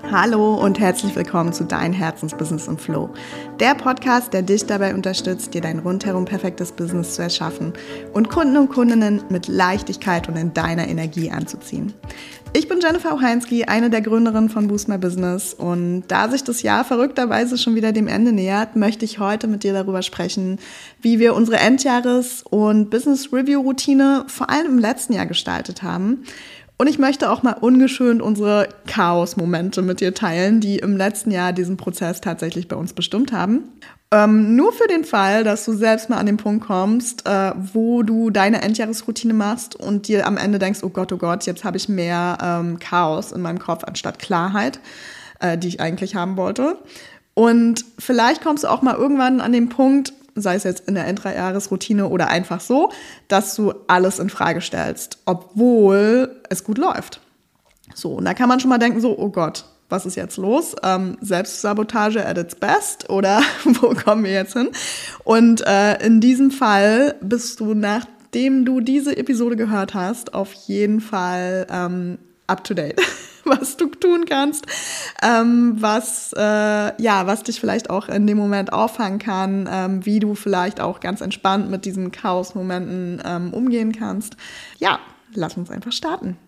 Hallo und herzlich willkommen zu Dein Herzensbusiness im Flow. Der Podcast, der dich dabei unterstützt, dir dein rundherum perfektes Business zu erschaffen und Kunden und Kundinnen mit Leichtigkeit und in deiner Energie anzuziehen. Ich bin Jennifer Ocheinski, eine der Gründerinnen von Boost My Business, und da sich das Jahr verrückterweise schon wieder dem Ende nähert, möchte ich heute mit dir darüber sprechen, wie wir unsere Endjahres- und Business-Review-Routine vor allem im letzten Jahr gestaltet haben. Und ich möchte auch mal ungeschönt unsere Chaos-Momente mit dir teilen, die im letzten Jahr diesen Prozess tatsächlich bei uns bestimmt haben. Nur für den Fall, dass du selbst mal an den Punkt kommst, wo du deine Endjahresroutine machst und dir am Ende denkst, oh Gott, jetzt habe ich mehr Chaos in meinem Kopf anstatt Klarheit, die ich eigentlich haben wollte. Und vielleicht kommst du auch mal irgendwann an den Punkt, sei es jetzt in der Endjahresroutine oder einfach so, dass du alles in Frage stellst, obwohl es gut läuft. So, und da kann man schon mal denken, so, oh Gott, was ist jetzt los? Selbstsabotage at its best, oder wo kommen wir jetzt hin? Und in diesem Fall bist du, nachdem du diese Episode gehört hast, auf jeden Fall up to date, was du tun kannst, was dich vielleicht auch in dem Moment auffangen kann, wie du vielleicht auch ganz entspannt mit diesen Chaos-Momenten umgehen kannst. Ja, lass uns einfach starten.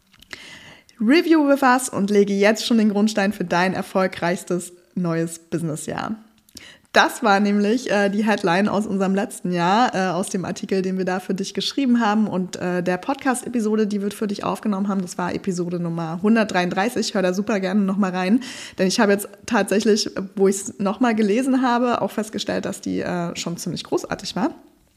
Review with us und lege jetzt schon den Grundstein für dein erfolgreichstes neues Businessjahr. Das war nämlich die Headline aus unserem letzten Jahr, aus dem Artikel, den wir da für dich geschrieben haben. Und der Podcast-Episode, die wir für dich aufgenommen haben, das war Episode Nummer 133. Hör da super gerne nochmal rein. Denn ich habe jetzt tatsächlich, wo ich es nochmal gelesen habe, auch festgestellt, dass die schon ziemlich großartig war.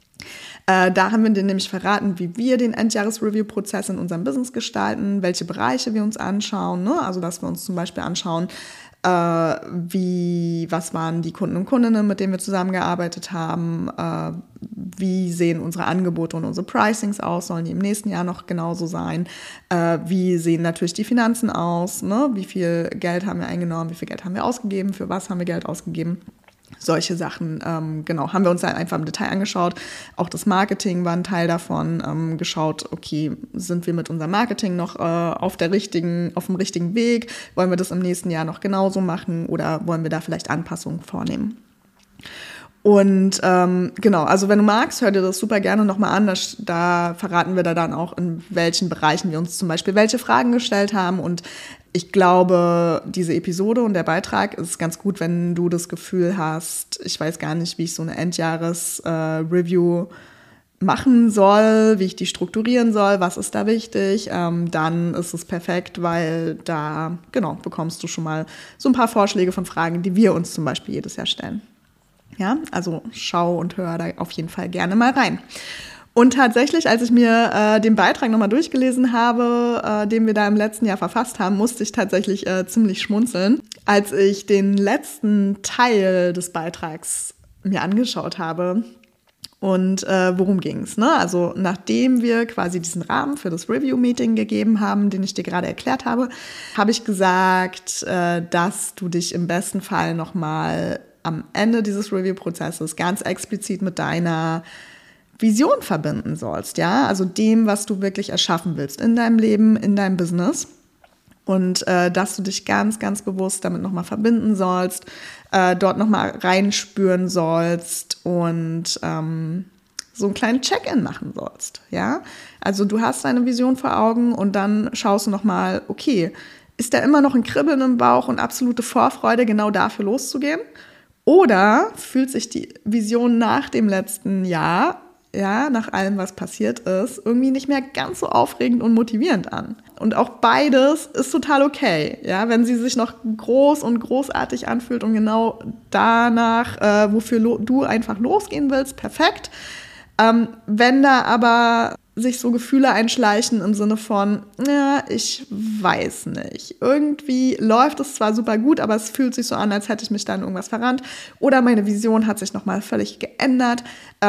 Da haben wir dir nämlich verraten, wie wir den Endjahres-Review-Prozess in unserem Business gestalten, welche Bereiche wir uns anschauen, ne? Also dass wir uns zum Beispiel anschauen, was waren die Kunden und Kundinnen, mit denen wir zusammengearbeitet haben, wie sehen unsere Angebote und unsere Pricings aus, sollen die im nächsten Jahr noch genauso sein, wie sehen natürlich die Finanzen aus, ne? Wie viel Geld haben wir eingenommen, wie viel Geld haben wir ausgegeben, für was haben wir Geld ausgegeben. Solche Sachen, haben wir uns dann einfach im Detail angeschaut. Auch das Marketing war ein Teil davon. Geschaut, okay, sind wir mit unserem Marketing noch auf dem richtigen Weg? Wollen wir das im nächsten Jahr noch genauso machen oder wollen wir da vielleicht Anpassungen vornehmen? Und also wenn du magst, hör dir das super gerne nochmal an. Da verraten wir da dann auch, in welchen Bereichen wir uns zum Beispiel welche Fragen gestellt haben. Und ich glaube, diese Episode und der Beitrag ist ganz gut, wenn du das Gefühl hast, ich weiß gar nicht, wie ich so eine Endjahres-Review machen soll, wie ich die strukturieren soll, was ist da wichtig, dann ist es perfekt, weil da, bekommst du schon mal so ein paar Vorschläge von Fragen, die wir uns zum Beispiel jedes Jahr stellen. Ja, also schau und hör da auf jeden Fall gerne mal rein. Und tatsächlich, als ich mir den Beitrag nochmal durchgelesen habe, den wir da im letzten Jahr verfasst haben, musste ich tatsächlich ziemlich schmunzeln, als ich den letzten Teil des Beitrags mir angeschaut habe. Und worum ging's, ne? Also nachdem wir quasi diesen Rahmen für das Review-Meeting gegeben haben, den ich dir gerade erklärt habe, habe ich gesagt, dass du dich im besten Fall nochmal am Ende dieses Review-Prozesses ganz explizit mit deiner Vision verbinden sollst, ja, also dem, was du wirklich erschaffen willst in deinem Leben, in deinem Business, und dass du dich ganz, ganz bewusst damit nochmal verbinden sollst, dort nochmal reinspüren sollst und so einen kleinen Check-in machen sollst, ja, also du hast deine Vision vor Augen und dann schaust du nochmal, okay, ist da immer noch ein Kribbeln im Bauch und absolute Vorfreude, genau dafür loszugehen, oder fühlt sich die Vision nach dem letzten Jahr, ja, nach allem, was passiert ist, irgendwie nicht mehr ganz so aufregend und motivierend an. Und auch beides ist total okay, ja, wenn sie sich noch groß und großartig anfühlt und genau danach, wofür du einfach losgehen willst, perfekt. Wenn da aber sich so Gefühle einschleichen im Sinne von, ja, ich weiß nicht, irgendwie läuft es zwar super gut, aber es fühlt sich so an, als hätte ich mich da in irgendwas verrannt, oder meine Vision hat sich nochmal völlig geändert,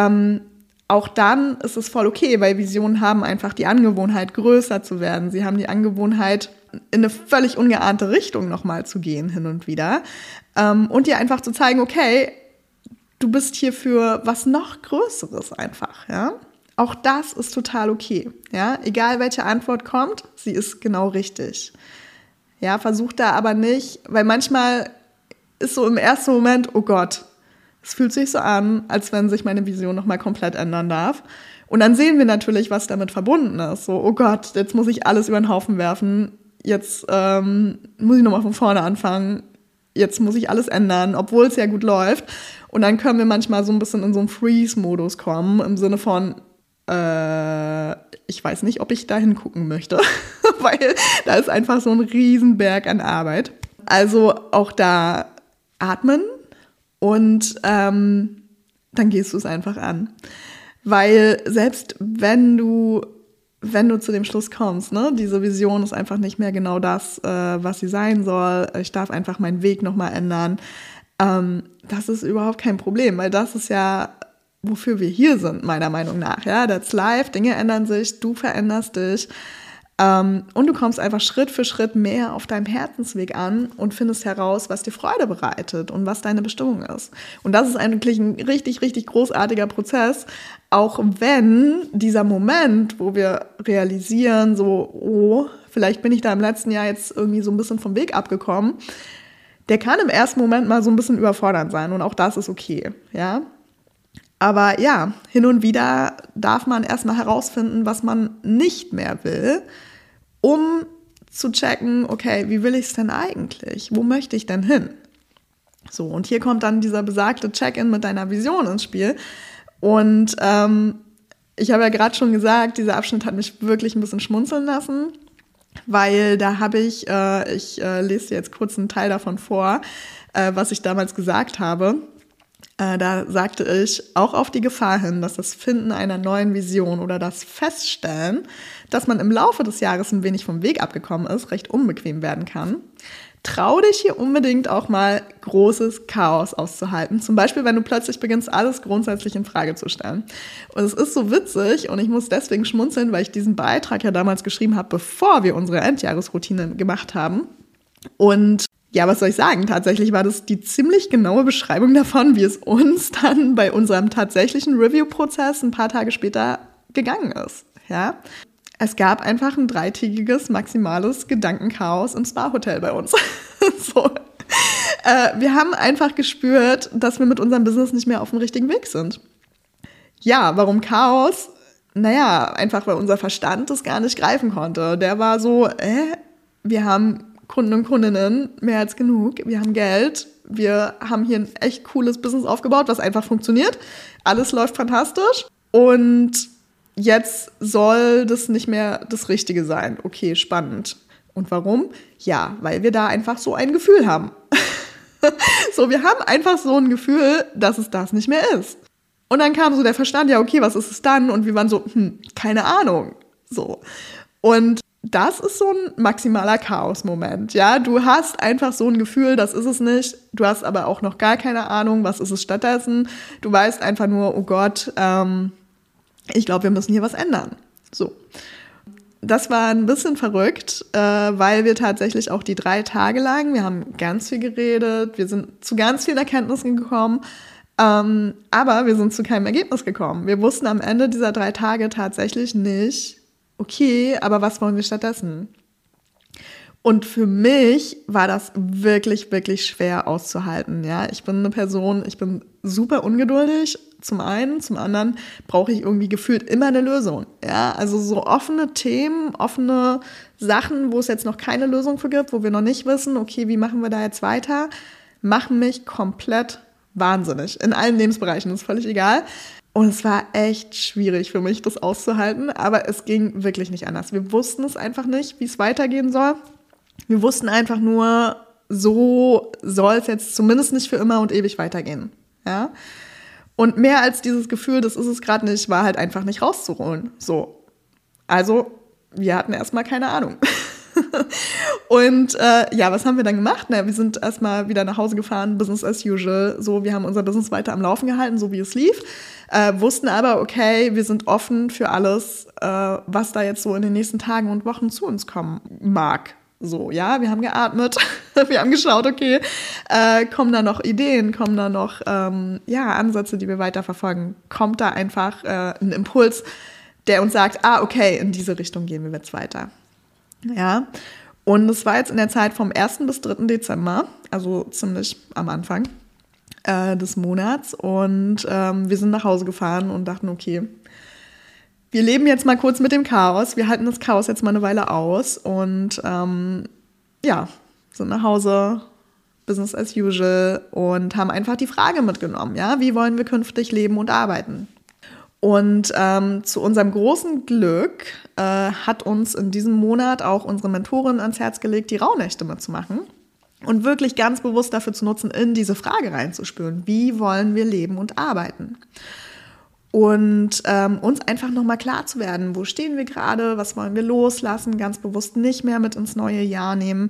auch dann ist es voll okay, weil Visionen haben einfach die Angewohnheit, größer zu werden. Sie haben die Angewohnheit, in eine völlig ungeahnte Richtung nochmal zu gehen, hin und wieder. Und dir einfach zu zeigen, okay, du bist hier für was noch Größeres einfach, ja. Auch das ist total okay, ja. Egal welche Antwort kommt, sie ist genau richtig. Ja, versuch da aber nicht, weil manchmal ist so im ersten Moment, oh Gott, es fühlt sich so an, als wenn sich meine Vision nochmal komplett ändern darf. Und dann sehen wir natürlich, was damit verbunden ist. So, oh Gott, jetzt muss ich alles über den Haufen werfen. Jetzt muss ich nochmal von vorne anfangen. Jetzt muss ich alles ändern, obwohl es ja gut läuft. Und dann können wir manchmal so ein bisschen in so einen Freeze-Modus kommen, im Sinne von, ich weiß nicht, ob ich da hingucken möchte, weil da ist einfach so ein Riesenberg an Arbeit. Also auch da atmen und dann gehst du es einfach an. Weil selbst wenn du zu dem Schluss kommst, ne, diese Vision ist einfach nicht mehr genau das, was sie sein soll, ich darf einfach meinen Weg nochmal ändern, das ist überhaupt kein Problem, weil das ist ja, wofür wir hier sind, meiner Meinung nach. Ja, that's life, Dinge ändern sich, du veränderst dich und du kommst einfach Schritt für Schritt mehr auf deinem Herzensweg an und findest heraus, was dir Freude bereitet und was deine Bestimmung ist. Und das ist eigentlich ein richtig, richtig großartiger Prozess, auch wenn dieser Moment, wo wir realisieren, so, oh, vielleicht bin ich da im letzten Jahr jetzt irgendwie so ein bisschen vom Weg abgekommen, der kann im ersten Moment mal so ein bisschen überfordernd sein und auch das ist okay, ja. Aber ja, hin und wieder darf man erstmal herausfinden, was man nicht mehr will, um zu checken, okay, wie will ich es denn eigentlich? Wo möchte ich denn hin? So, und hier kommt dann dieser besagte Check-in mit deiner Vision ins Spiel. Und ich habe ja gerade schon gesagt, dieser Abschnitt hat mich wirklich ein bisschen schmunzeln lassen, weil da habe ich lese dir jetzt kurz einen Teil davon vor, was ich damals gesagt habe. Da sagte ich, auch auf die Gefahr hin, dass das Finden einer neuen Vision oder das Feststellen, dass man im Laufe des Jahres ein wenig vom Weg abgekommen ist, recht unbequem werden kann. Trau dich hier unbedingt auch mal großes Chaos auszuhalten. Zum Beispiel, wenn du plötzlich beginnst, alles grundsätzlich in Frage zu stellen. Und es ist so witzig und ich muss deswegen schmunzeln, weil ich diesen Beitrag ja damals geschrieben habe, bevor wir unsere Endjahresroutine gemacht haben. Und ja, was soll ich sagen? Tatsächlich war das die ziemlich genaue Beschreibung davon, wie es uns dann bei unserem tatsächlichen Review-Prozess ein paar Tage später gegangen ist. Ja? Es gab einfach ein 3-tägiges maximales Gedankenchaos im Spa-Hotel bei uns. So. Wir haben einfach gespürt, dass wir mit unserem Business nicht mehr auf dem richtigen Weg sind. Ja, warum Chaos? Naja, einfach weil unser Verstand das gar nicht greifen konnte. Der war so, wir haben Kunden und Kundinnen, mehr als genug. Wir haben Geld, wir haben hier ein echt cooles Business aufgebaut, was einfach funktioniert. Alles läuft fantastisch und jetzt soll das nicht mehr das Richtige sein. Okay, spannend. Und warum? Ja, weil wir da einfach so ein Gefühl haben. So, wir haben einfach so ein Gefühl, dass es das nicht mehr ist. Und dann kam so der Verstand, ja okay, was ist es dann? Und wir waren so, keine Ahnung. So. Und das ist so ein maximaler Chaos-Moment, ja. Du hast einfach so ein Gefühl, das ist es nicht. Du hast aber auch noch gar keine Ahnung, was ist es stattdessen. Du weißt einfach nur, oh Gott, ich glaube, wir müssen hier was ändern. So. Das war ein bisschen verrückt, weil wir tatsächlich auch die 3 Tage lang, wir haben ganz viel geredet, wir sind zu ganz vielen Erkenntnissen gekommen, aber wir sind zu keinem Ergebnis gekommen. Wir wussten am Ende dieser 3 Tage tatsächlich nicht, okay, aber was wollen wir stattdessen? Und für mich war das wirklich, wirklich schwer auszuhalten. Ja, ich bin eine Person, ich bin super ungeduldig, zum einen. Zum anderen brauche ich irgendwie gefühlt immer eine Lösung. Ja, also so offene Themen, offene Sachen, wo es jetzt noch keine Lösung für gibt, wo wir noch nicht wissen, okay, wie machen wir da jetzt weiter, machen mich komplett wahnsinnig. In allen Lebensbereichen, ist völlig egal. Und es war echt schwierig für mich, das auszuhalten, aber es ging wirklich nicht anders. Wir wussten es einfach nicht, wie es weitergehen soll. Wir wussten einfach nur, so soll es jetzt zumindest nicht für immer und ewig weitergehen. Ja? Und mehr als dieses Gefühl, das ist es gerade nicht, war halt einfach nicht rauszuholen. So. Also, wir hatten erstmal keine Ahnung. Und was haben wir dann gemacht? Na, wir sind erstmal wieder nach Hause gefahren, Business as usual. So, wir haben unser Business weiter am Laufen gehalten, so wie es lief. Wussten aber, okay, wir sind offen für alles, was da jetzt so in den nächsten Tagen und Wochen zu uns kommen mag. So, ja, wir haben geatmet, wir haben geschaut, okay, kommen da noch Ideen, kommen da noch Ansätze, die wir weiterverfolgen? Kommt da einfach ein Impuls, der uns sagt, okay, in diese Richtung gehen wir jetzt weiter. Ja, Und es war jetzt in der Zeit vom 1. bis 3. Dezember, also ziemlich am Anfang des Monats. Und wir sind nach Hause gefahren und dachten, okay, wir leben jetzt mal kurz mit dem Chaos. Wir halten das Chaos jetzt mal eine Weile aus. Und sind nach Hause, Business as usual, und haben einfach die Frage mitgenommen, ja, wie wollen wir künftig leben und arbeiten? Und zu unserem großen Glück hat uns in diesem Monat auch unsere Mentorin ans Herz gelegt, die Rauhnächte mitzumachen und wirklich ganz bewusst dafür zu nutzen, in diese Frage reinzuspüren. Wie wollen wir leben und arbeiten? Und uns einfach nochmal klar zu werden, wo stehen wir gerade, was wollen wir loslassen, ganz bewusst nicht mehr mit ins neue Jahr nehmen,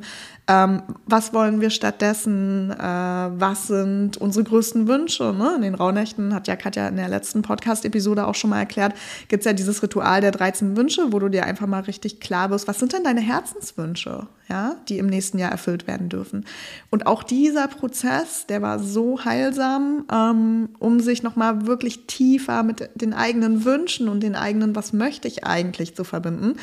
was wollen wir stattdessen, was sind unsere größten Wünsche, ne? In den Rauhnächten, hat ja Katja in der letzten Podcast-Episode auch schon mal erklärt, gibt es ja dieses Ritual der 13 Wünsche, wo du dir einfach mal richtig klar wirst, was sind denn deine Herzenswünsche, ja, die im nächsten Jahr erfüllt werden dürfen. Und auch dieser Prozess, der war so heilsam, um sich nochmal wirklich tiefer mit den eigenen Wünschen und den eigenen, was möchte ich eigentlich, zu verbinden.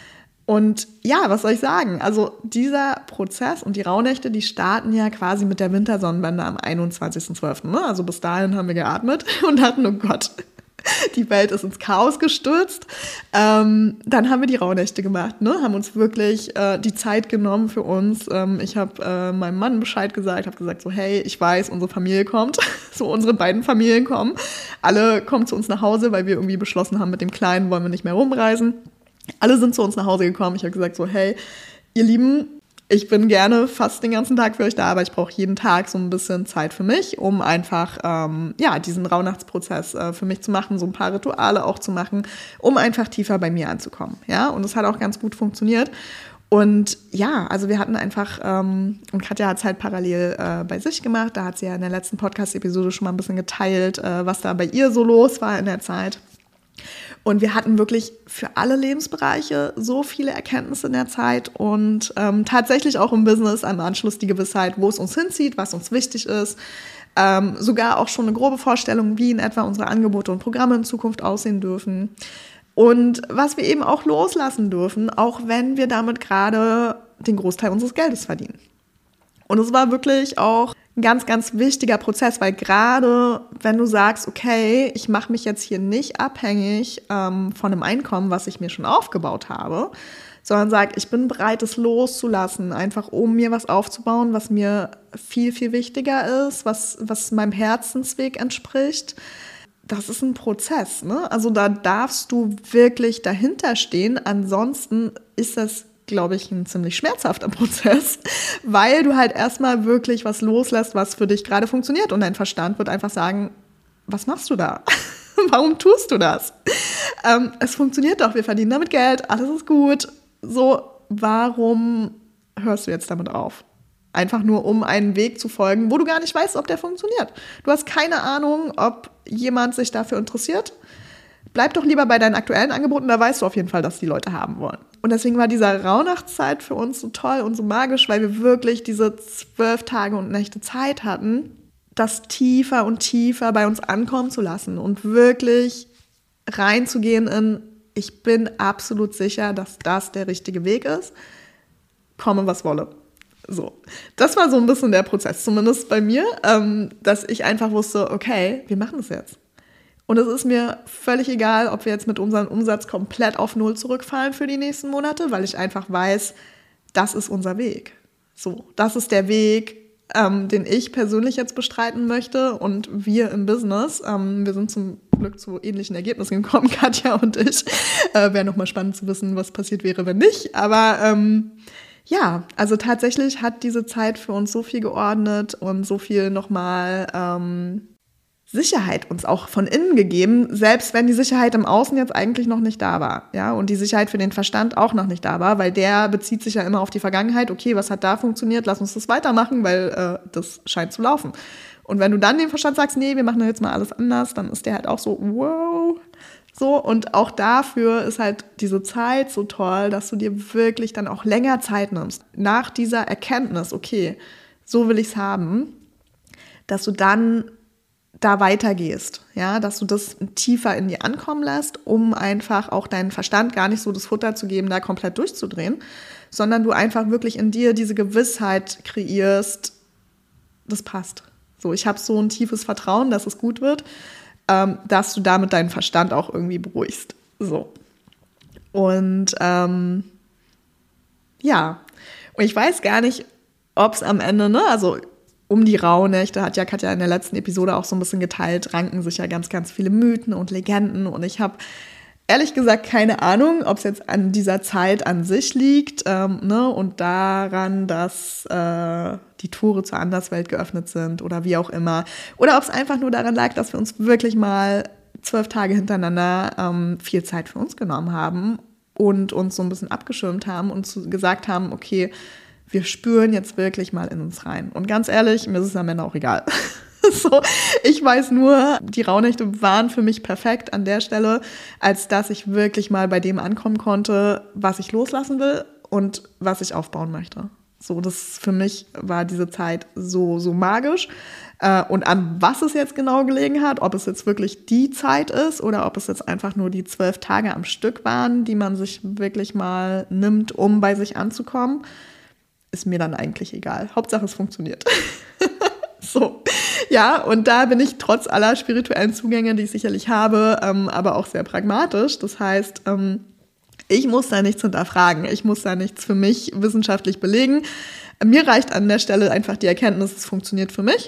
Und ja, was soll ich sagen? Also dieser Prozess und die Rauhnächte, die starten ja quasi mit der Wintersonnenwende am 21.12. Ne? Also bis dahin haben wir geatmet und dachten, oh Gott, die Welt ist ins Chaos gestürzt. Dann haben wir die Rauhnächte gemacht, ne? Haben uns wirklich die Zeit genommen für uns. Ich habe meinem Mann Bescheid gesagt, habe gesagt so, hey, ich weiß, unsere Familie kommt, so unsere beiden Familien kommen. Alle kommen zu uns nach Hause, weil wir irgendwie beschlossen haben, mit dem Kleinen wollen wir nicht mehr rumreisen. Alle sind zu uns nach Hause gekommen. Ich habe gesagt so, hey, ihr Lieben, ich bin gerne fast den ganzen Tag für euch da, aber ich brauche jeden Tag so ein bisschen Zeit für mich, um einfach diesen Rauhnachtsprozess für mich zu machen, so ein paar Rituale auch zu machen, um einfach tiefer bei mir anzukommen. Ja, und es hat auch ganz gut funktioniert. Und ja, also wir hatten einfach, und Katja hat es halt parallel bei sich gemacht, da hat sie ja in der letzten Podcast-Episode schon mal ein bisschen geteilt, was da bei ihr so los war in der Zeit. Und wir hatten wirklich für alle Lebensbereiche so viele Erkenntnisse in der Zeit und tatsächlich auch im Business am Anschluss die Gewissheit, wo es uns hinzieht, was uns wichtig ist. Sogar auch schon eine grobe Vorstellung, wie in etwa unsere Angebote und Programme in Zukunft aussehen dürfen. Und was wir eben auch loslassen dürfen, auch wenn wir damit gerade den Großteil unseres Geldes verdienen. Und es war wirklich auch ein ganz, ganz wichtiger Prozess, weil gerade wenn du sagst, okay, ich mache mich jetzt hier nicht abhängig von einem Einkommen, was ich mir schon aufgebaut habe, sondern sag, ich bin bereit, es loszulassen, einfach um mir was aufzubauen, was mir viel, viel wichtiger ist, was meinem Herzensweg entspricht. Das ist ein Prozess, ne? Also da darfst du wirklich dahinter stehen, ansonsten ist das, glaube ich, ein ziemlich schmerzhafter Prozess, weil du halt erstmal wirklich was loslässt, was für dich gerade funktioniert und dein Verstand wird einfach sagen, was machst du da? Warum tust du das? Es funktioniert doch, wir verdienen damit Geld, alles ist gut. So, warum hörst du jetzt damit auf? Einfach nur, um einen Weg zu folgen, wo du gar nicht weißt, ob der funktioniert. Du hast keine Ahnung, ob jemand sich dafür interessiert. Bleib doch lieber bei deinen aktuellen Angeboten, da weißt du auf jeden Fall, dass die Leute haben wollen. Und deswegen war diese Rauhnachtszeit für uns so toll und so magisch, weil wir wirklich diese 12 Tage und Nächte Zeit hatten, das tiefer und tiefer bei uns ankommen zu lassen und wirklich reinzugehen in, ich bin absolut sicher, dass das der richtige Weg ist, komme was wolle. So, das war so ein bisschen der Prozess, zumindest bei mir, dass ich einfach wusste, okay, wir machen das jetzt. Und es ist mir völlig egal, ob wir jetzt mit unserem Umsatz komplett auf Null zurückfallen für die nächsten Monate, weil ich einfach weiß, das ist unser Weg. So, das ist der Weg, den ich persönlich jetzt bestreiten möchte und wir im Business. Wir sind zum Glück zu ähnlichen Ergebnissen gekommen, Katja und ich. Wäre nochmal spannend zu wissen, was passiert wäre, wenn nicht. Aber ja, also tatsächlich hat diese Zeit für uns so viel geordnet und so viel nochmal Sicherheit uns auch von innen gegeben, selbst wenn die Sicherheit im Außen jetzt eigentlich noch nicht da war, ja, und die Sicherheit für den Verstand auch noch nicht da war, weil der bezieht sich ja immer auf die Vergangenheit, okay, was hat da funktioniert, lass uns das weitermachen, weil das scheint zu laufen. Und wenn du dann dem Verstand sagst, nee, wir machen jetzt mal alles anders, dann ist der halt auch so, wow, so, und auch dafür ist halt diese Zeit so toll, dass du dir wirklich dann auch länger Zeit nimmst, nach dieser Erkenntnis, okay, so will ich's haben, dass du dann da weitergehst, ja, dass du das tiefer in dir ankommen lässt, um einfach auch deinen Verstand gar nicht so das Futter zu geben, da komplett durchzudrehen, sondern du einfach wirklich in dir diese Gewissheit kreierst, das passt. So, ich habe so ein tiefes Vertrauen, dass es gut wird, dass du damit deinen Verstand auch irgendwie beruhigst. So. Und und ich weiß gar nicht, ob es am Ende, also um die Rauhnächte hat ja Katja in der letzten Episode auch so ein bisschen geteilt, ranken sich ja ganz, ganz viele Mythen und Legenden. Und ich habe ehrlich gesagt keine Ahnung, ob es jetzt an dieser Zeit an sich liegt und daran, dass die Tore zur Anderswelt geöffnet sind oder wie auch immer. Oder ob es einfach nur daran lag, dass wir uns wirklich mal 12 Tage hintereinander viel Zeit für uns genommen haben und uns so ein bisschen abgeschirmt haben und gesagt haben, okay, wir spüren jetzt wirklich mal in uns rein. Und ganz ehrlich, mir ist es am Ende auch egal. So, ich weiß nur, die Rauhnächte waren für mich perfekt an der Stelle, als dass ich wirklich mal bei dem ankommen konnte, was ich loslassen will und was ich aufbauen möchte. So, das für mich war diese Zeit so magisch. Und an was es jetzt genau gelegen hat, ob es jetzt wirklich die Zeit ist oder ob es jetzt einfach nur die 12 Tage am Stück waren, die man sich wirklich mal nimmt, um bei sich anzukommen, ist mir dann eigentlich egal. Hauptsache, es funktioniert. So, ja, und da bin ich trotz aller spirituellen Zugänge, die ich sicherlich habe, aber auch sehr pragmatisch. Das heißt, ich muss da nichts hinterfragen. Ich muss da nichts für mich wissenschaftlich belegen. Mir reicht an der Stelle einfach die Erkenntnis, es funktioniert für mich.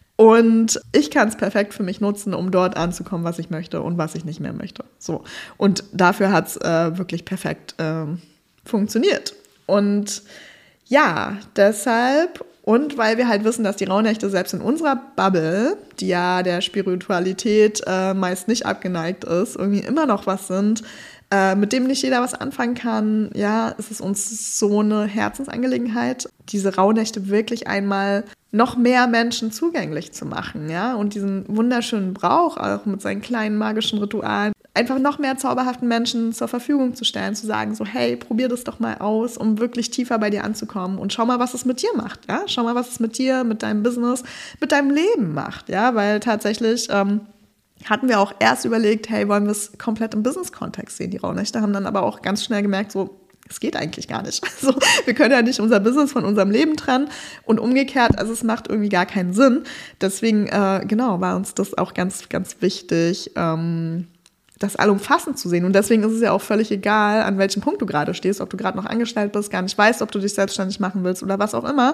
Und ich kann es perfekt für mich nutzen, um dort anzukommen, was ich möchte und was ich nicht mehr möchte. So, und dafür hat es wirklich perfekt funktioniert. Und ja, deshalb, und weil wir halt wissen, dass die Rauhnächte selbst in unserer Bubble, die ja der Spiritualität meist nicht abgeneigt ist, irgendwie immer noch was sind, mit dem nicht jeder was anfangen kann, ja, ist es uns so eine Herzensangelegenheit, diese Rauhnächte wirklich einmal noch mehr Menschen zugänglich zu machen, ja, und diesen wunderschönen Brauch auch mit seinen kleinen magischen Ritualen einfach noch mehr zauberhaften Menschen zur Verfügung zu stellen, zu sagen so, hey, probier das doch mal aus, um wirklich tiefer bei dir anzukommen und schau mal, was es mit dir macht, ja, schau mal, was es mit dir, mit deinem Business, mit deinem Leben macht, ja, weil tatsächlich hatten wir auch erst überlegt, hey, wollen wir es komplett im Business-Kontext sehen, die Rauhnächte, haben dann aber auch ganz schnell gemerkt, so, es geht eigentlich gar nicht. Also, wir können ja nicht unser Business von unserem Leben trennen und umgekehrt, also es macht irgendwie gar keinen Sinn. Deswegen, war uns das auch ganz, ganz wichtig, das allumfassend zu sehen. Und deswegen ist es ja auch völlig egal, an welchem Punkt du gerade stehst, ob du gerade noch angestellt bist, gar nicht weißt, ob du dich selbstständig machen willst oder was auch immer.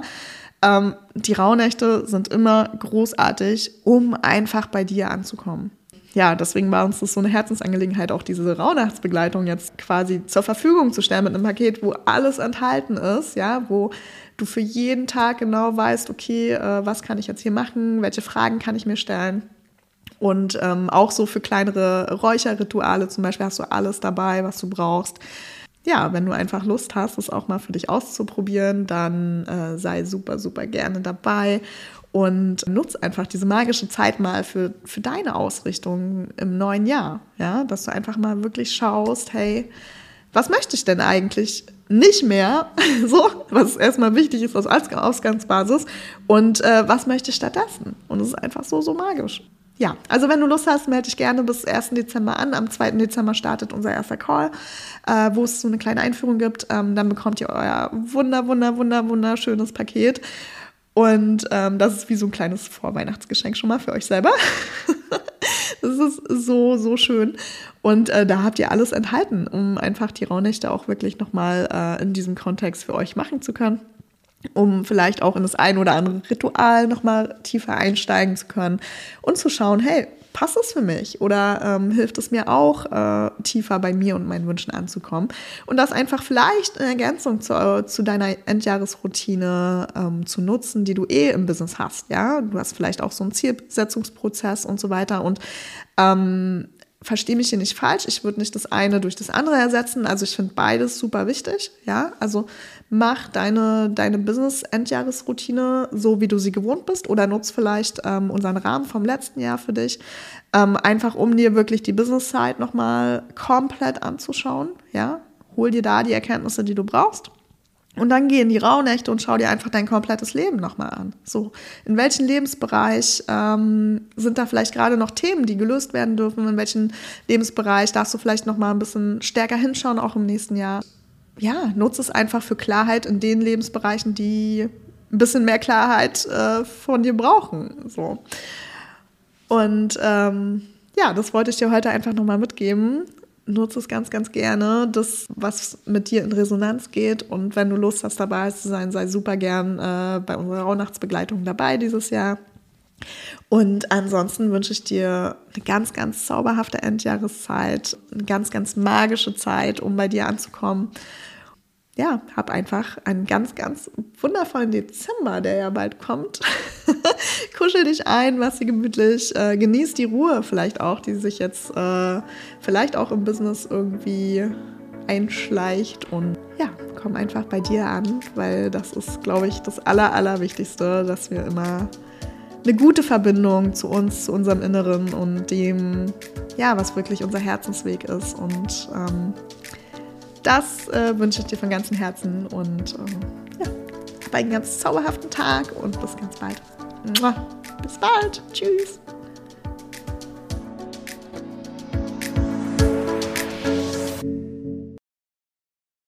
Die Rauhnächte sind immer großartig, um einfach bei dir anzukommen. Ja, deswegen war uns das so eine Herzensangelegenheit, auch diese Rauhnachtsbegleitung jetzt quasi zur Verfügung zu stellen mit einem Paket, wo alles enthalten ist, ja, wo du für jeden Tag genau weißt, okay, was kann ich jetzt hier machen, welche Fragen kann ich mir stellen. Und auch so für kleinere Räucherrituale zum Beispiel hast du alles dabei, was du brauchst. Ja, wenn du einfach Lust hast, das auch mal für dich auszuprobieren, dann sei super, super gerne dabei und nutz einfach diese magische Zeit mal für deine Ausrichtung im neuen Jahr. Ja, dass du einfach mal wirklich schaust, hey, was möchte ich denn eigentlich nicht mehr? So, was erstmal wichtig ist als Ausgangsbasis und was möchte ich stattdessen? Und es ist einfach so magisch. Ja, also wenn du Lust hast, melde dich gerne bis 1. Dezember an. Am 2. Dezember startet unser erster Call, wo es so eine kleine Einführung gibt. Dann bekommt ihr euer wunderschönes Paket. Und das ist wie so ein kleines Vorweihnachtsgeschenk schon mal für euch selber. Das ist so schön. Und da habt ihr alles enthalten, um einfach die Rauhnächte auch wirklich nochmal in diesem Kontext für euch machen zu können. Um vielleicht auch in das ein oder andere Ritual nochmal tiefer einsteigen zu können und zu schauen, hey, passt es für mich oder hilft es mir auch, tiefer bei mir und meinen Wünschen anzukommen und das einfach vielleicht in Ergänzung zu deiner Endjahresroutine zu nutzen, die du im Business hast, ja, du hast vielleicht auch so einen Zielsetzungsprozess und so weiter und verstehe mich hier nicht falsch, ich würde nicht das eine durch das andere ersetzen, also ich finde beides super wichtig, ja, also mach deine Business-Endjahresroutine so, wie du sie gewohnt bist oder nutz vielleicht unseren Rahmen vom letzten Jahr für dich, einfach um dir wirklich die Business-Side nochmal komplett anzuschauen, ja, hol dir da die Erkenntnisse, die du brauchst. Und dann geh in die Rauhnächte und schau dir einfach dein komplettes Leben nochmal an. So, in welchem Lebensbereich sind da vielleicht gerade noch Themen, die gelöst werden dürfen? In welchem Lebensbereich darfst du vielleicht nochmal ein bisschen stärker hinschauen, auch im nächsten Jahr? nutze es einfach für Klarheit in den Lebensbereichen, die ein bisschen mehr Klarheit von dir brauchen. So. Und das wollte ich dir heute einfach nochmal mitgeben. Nutze es ganz, ganz gerne, das, was mit dir in Resonanz geht. Und wenn du Lust hast, dabei zu sein, sei super gern bei unserer Rauhnachtsbegleitung dabei dieses Jahr. Und ansonsten wünsche ich dir eine ganz, ganz zauberhafte Endjahreszeit, eine ganz, ganz magische Zeit, um bei dir anzukommen. Ja, hab einfach einen ganz, ganz wundervollen Dezember, der ja bald kommt. Kuschel dich ein, mach sie gemütlich, genieß die Ruhe vielleicht auch, die sich jetzt vielleicht auch im Business irgendwie einschleicht und ja, komm einfach bei dir an, weil das ist, glaube ich, das Allerwichtigste, dass wir immer eine gute Verbindung zu uns, zu unserem Inneren und dem, was wirklich unser Herzensweg ist und das wünsche ich dir von ganzem Herzen und hab einen ganz zauberhaften Tag und bis ganz bald. Bis bald. Tschüss.